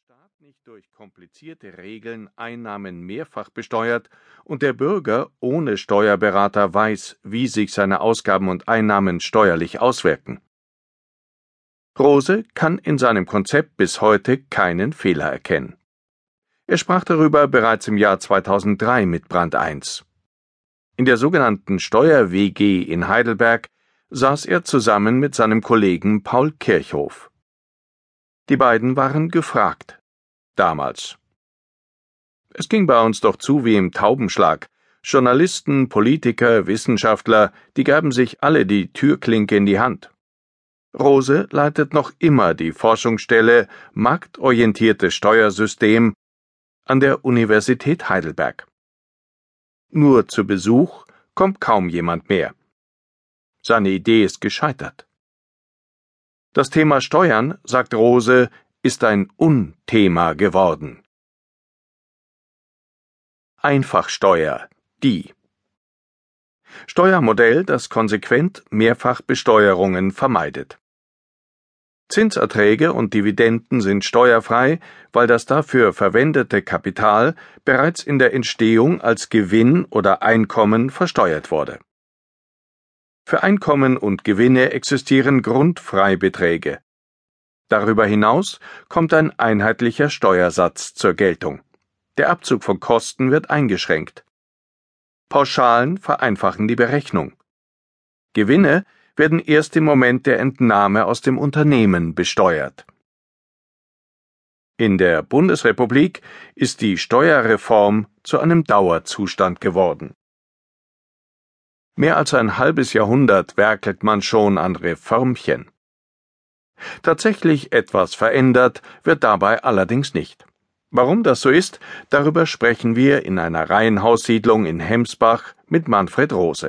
Staat nicht durch komplizierte Regeln Einnahmen mehrfach besteuert und der Bürger ohne Steuerberater weiß, wie sich seine Ausgaben und Einnahmen steuerlich auswirken. Rose kann in seinem Konzept bis heute keinen Fehler erkennen. Er sprach darüber bereits im Jahr 2003 mit Brand 1. In der sogenannten Steuer-WG in Heidelberg saß er zusammen mit seinem Kollegen Paul Kirchhoff. Die beiden waren gefragt. Damals. Es ging bei uns doch zu wie im Taubenschlag. Journalisten, Politiker, Wissenschaftler, die gaben sich alle die Türklinke in die Hand. Rose leitet noch immer die Forschungsstelle Marktorientiertes Steuersystem an der Universität Heidelberg. Nur zu Besuch kommt kaum jemand mehr. Seine Idee ist gescheitert. Das Thema Steuern, sagt Rose, ist ein Unthema geworden. Einfachsteuer, die Steuermodell, das konsequent Mehrfachbesteuerungen vermeidet. Zinserträge und Dividenden sind steuerfrei, weil das dafür verwendete Kapital bereits in der Entstehung als Gewinn oder Einkommen versteuert wurde. Für Einkommen und Gewinne existieren Grundfreibeträge. Darüber hinaus kommt ein einheitlicher Steuersatz zur Geltung. Der Abzug von Kosten wird eingeschränkt. Pauschalen vereinfachen die Berechnung. Gewinne werden erst im Moment der Entnahme aus dem Unternehmen besteuert. In der Bundesrepublik ist die Steuerreform zu einem Dauerzustand geworden. Mehr als ein halbes Jahrhundert werkelt man schon an Reformchen. Tatsächlich etwas verändert wird dabei allerdings nicht. Warum das so ist, darüber sprechen wir in einer Reihenhaussiedlung in Hemsbach mit Manfred Rose.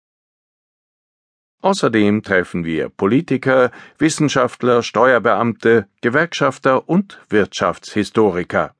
Außerdem treffen wir Politiker, Wissenschaftler, Steuerbeamte, Gewerkschafter und Wirtschaftshistoriker.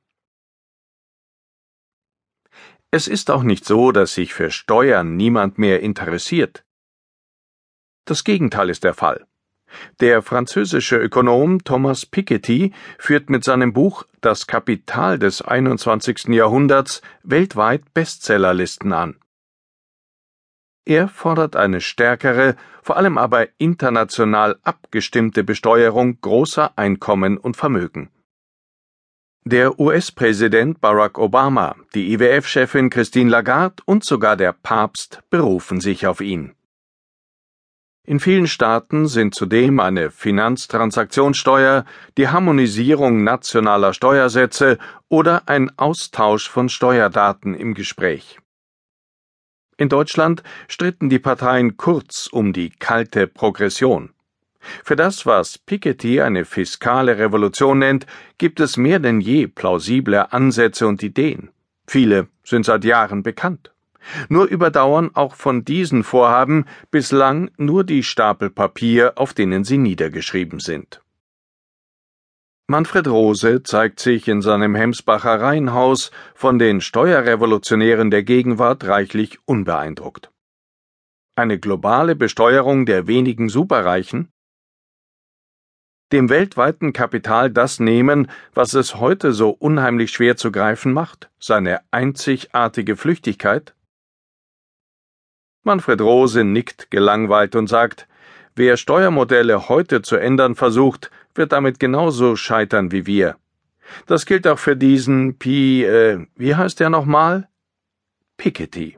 Es ist auch nicht so, dass sich für Steuern niemand mehr interessiert. Das Gegenteil ist der Fall. Der französische Ökonom Thomas Piketty führt mit seinem Buch Das Kapital des 21. Jahrhunderts weltweit Bestsellerlisten an. Er fordert eine stärkere, vor allem aber international abgestimmte Besteuerung großer Einkommen und Vermögen. Der US-Präsident Barack Obama, die IWF-Chefin Christine Lagarde und sogar der Papst berufen sich auf ihn. In vielen Staaten sind zudem eine Finanztransaktionssteuer, die Harmonisierung nationaler Steuersätze oder ein Austausch von Steuerdaten im Gespräch. In Deutschland stritten die Parteien kurz um die kalte Progression. Für das, was Piketty eine fiskale Revolution nennt, gibt es mehr denn je plausible Ansätze und Ideen. Viele sind seit Jahren bekannt. Nur überdauern auch von diesen Vorhaben bislang nur die Stapel Papier, auf denen sie niedergeschrieben sind. Manfred Rose zeigt sich in seinem Hemsbacher Reihenhaus von den Steuerrevolutionären der Gegenwart reichlich unbeeindruckt. Eine globale Besteuerung der wenigen Superreichen? Dem weltweiten Kapital das nehmen, was es heute so unheimlich schwer zu greifen macht, seine einzigartige Flüchtigkeit? Manfred Rose nickt gelangweilt und sagt, wer Steuermodelle heute zu ändern versucht, wird damit genauso scheitern wie wir. Das gilt auch für diesen wie heißt der nochmal? Piketty.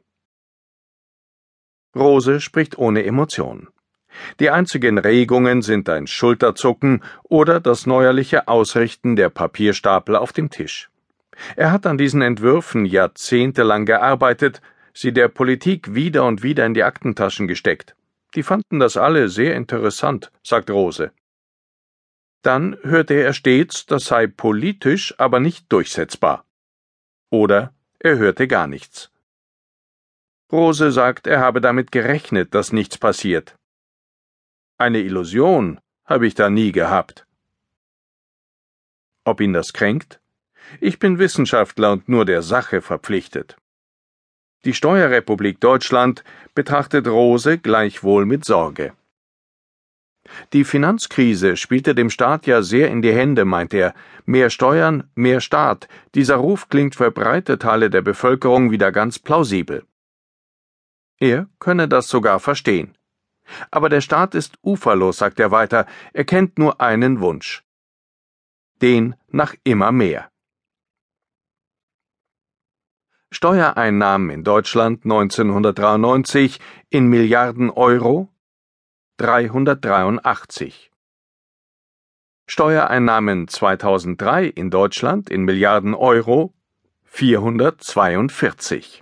Rose spricht ohne Emotion. Die einzigen Regungen sind ein Schulterzucken oder das neuerliche Ausrichten der Papierstapel auf dem Tisch. Er hat an diesen Entwürfen jahrzehntelang gearbeitet, sie der Politik wieder und wieder in die Aktentaschen gesteckt. Die fanden das alle sehr interessant, sagt Rose. Dann hörte er stets, das sei politisch, aber nicht durchsetzbar. Oder er hörte gar nichts. Rose sagt, er habe damit gerechnet, dass nichts passiert. Eine Illusion habe ich da nie gehabt. Ob ihn das kränkt? Ich bin Wissenschaftler und nur der Sache verpflichtet. Die Steuerrepublik Deutschland betrachtet Rose gleichwohl mit Sorge. Die Finanzkrise spielte dem Staat ja sehr in die Hände, meint er. Mehr Steuern, mehr Staat. Dieser Ruf klingt für breite Teile der Bevölkerung wieder ganz plausibel. Er könne das sogar verstehen. Aber der Staat ist uferlos, sagt er weiter. Er kennt nur einen Wunsch. Den nach immer mehr. Steuereinnahmen in Deutschland 1993 in Milliarden Euro 383. Steuereinnahmen 2003 in Deutschland in Milliarden Euro 442.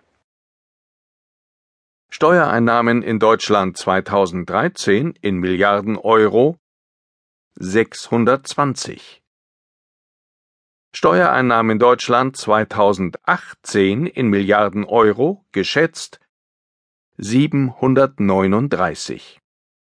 Steuereinnahmen in Deutschland 2013 in Milliarden Euro 620. Steuereinnahmen in Deutschland 2018 in Milliarden Euro geschätzt 739.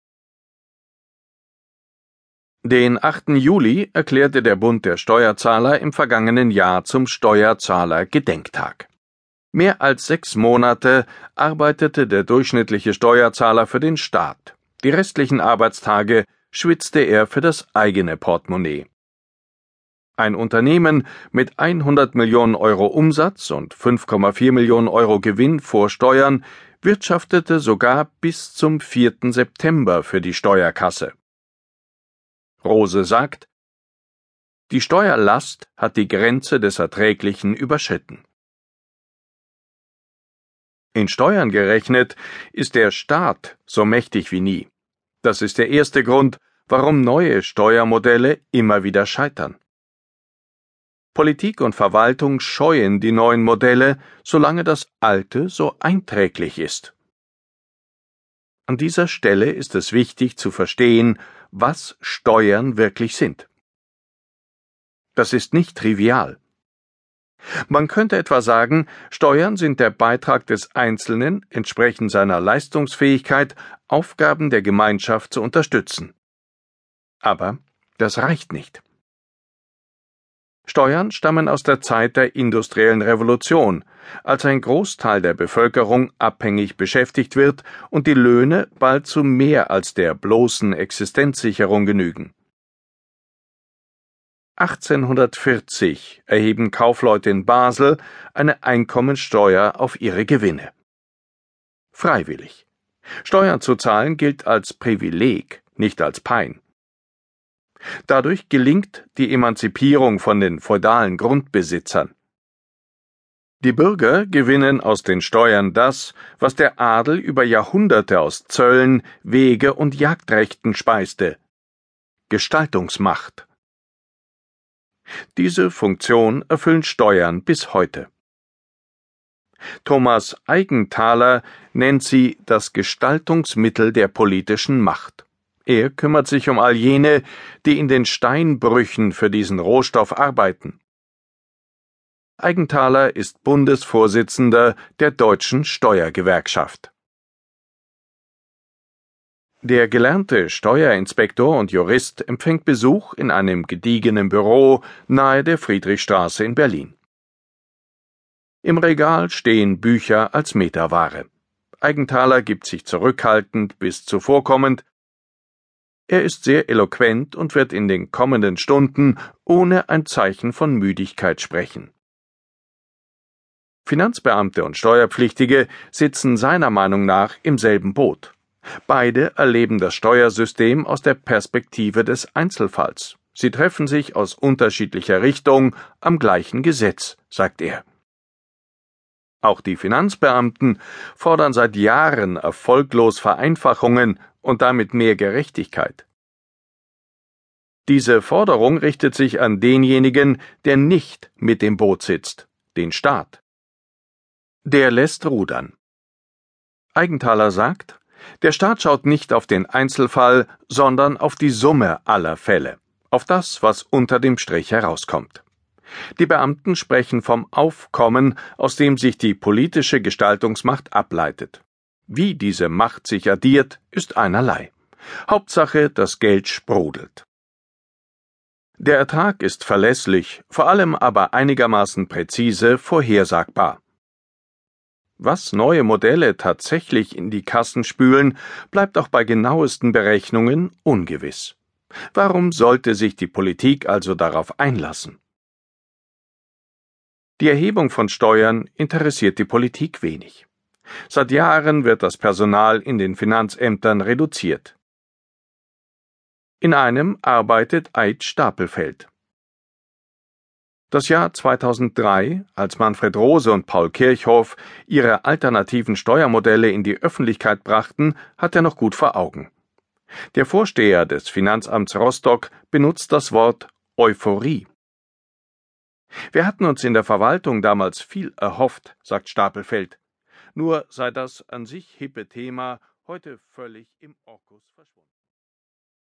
Den 8. Juli erklärte der Bund der Steuerzahler im vergangenen Jahr zum Steuerzahler-Gedenktag. Mehr als 6 Monate arbeitete der durchschnittliche Steuerzahler für den Staat. Die restlichen Arbeitstage schwitzte er für das eigene Portemonnaie. Ein Unternehmen mit 100 Millionen Euro Umsatz und 5,4 Millionen Euro Gewinn vor Steuern wirtschaftete sogar bis zum 4. September für die Steuerkasse. Rose sagt, die Steuerlast hat die Grenze des Erträglichen überschritten. In Steuern gerechnet ist der Staat so mächtig wie nie. Das ist der erste Grund, warum neue Steuermodelle immer wieder scheitern. Politik und Verwaltung scheuen die neuen Modelle, solange das alte so einträglich ist. An dieser Stelle ist es wichtig zu verstehen, was Steuern wirklich sind. Das ist nicht trivial. Man könnte etwa sagen, Steuern sind der Beitrag des Einzelnen, entsprechend seiner Leistungsfähigkeit, Aufgaben der Gemeinschaft zu unterstützen. Aber das reicht nicht. Steuern stammen aus der Zeit der industriellen Revolution, als ein Großteil der Bevölkerung abhängig beschäftigt wird und die Löhne bald zu mehr als der bloßen Existenzsicherung genügen. 1840 erheben Kaufleute in Basel eine Einkommensteuer auf ihre Gewinne. Freiwillig. Steuern zu zahlen gilt als Privileg, nicht als Pein. Dadurch gelingt die Emanzipierung von den feudalen Grundbesitzern. Die Bürger gewinnen aus den Steuern das, was der Adel über Jahrhunderte aus Zöllen, Wege- und Jagdrechten speiste: Gestaltungsmacht. Diese Funktion erfüllen Steuern bis heute. Thomas Aigenthaler nennt sie das Gestaltungsmittel der politischen Macht. Er kümmert sich um all jene, die in den Steinbrüchen für diesen Rohstoff arbeiten. Aigenthaler ist Bundesvorsitzender der Deutschen Steuergewerkschaft. Der gelernte Steuerinspektor und Jurist empfängt Besuch in einem gediegenen Büro nahe der Friedrichstraße in Berlin. Im Regal stehen Bücher als Meterware. Aigenthaler gibt sich zurückhaltend bis zuvorkommend. Er ist sehr eloquent und wird in den kommenden Stunden ohne ein Zeichen von Müdigkeit sprechen. Finanzbeamte und Steuerpflichtige sitzen seiner Meinung nach im selben Boot. Beide erleben das Steuersystem aus der Perspektive des Einzelfalls. Sie treffen sich aus unterschiedlicher Richtung am gleichen Gesetz, sagt er. Auch die Finanzbeamten fordern seit Jahren erfolglos Vereinfachungen und damit mehr Gerechtigkeit. Diese Forderung richtet sich an denjenigen, der nicht mit dem Boot sitzt, den Staat. Der lässt rudern. Aigenthaler sagt, der Staat schaut nicht auf den Einzelfall, sondern auf die Summe aller Fälle, auf das, was unter dem Strich herauskommt. Die Beamten sprechen vom Aufkommen, aus dem sich die politische Gestaltungsmacht ableitet. Wie diese Macht sich addiert, ist einerlei. Hauptsache, das Geld sprudelt. Der Ertrag ist verlässlich, vor allem aber einigermaßen präzise vorhersagbar. Was neue Modelle tatsächlich in die Kassen spülen, bleibt auch bei genauesten Berechnungen ungewiss. Warum sollte sich die Politik also darauf einlassen? Die Erhebung von Steuern interessiert die Politik wenig. Seit Jahren wird das Personal in den Finanzämtern reduziert. In einem arbeitet Eid Stapelfeld. Das Jahr 2003, als Manfred Rose und Paul Kirchhoff ihre alternativen Steuermodelle in die Öffentlichkeit brachten, hat er noch gut vor Augen. Der Vorsteher des Finanzamts Rostock benutzt das Wort Euphorie. Wir hatten uns in der Verwaltung damals viel erhofft, sagt Stapelfeld. Nur sei das an sich hippe Thema heute völlig im Orkus verschwunden.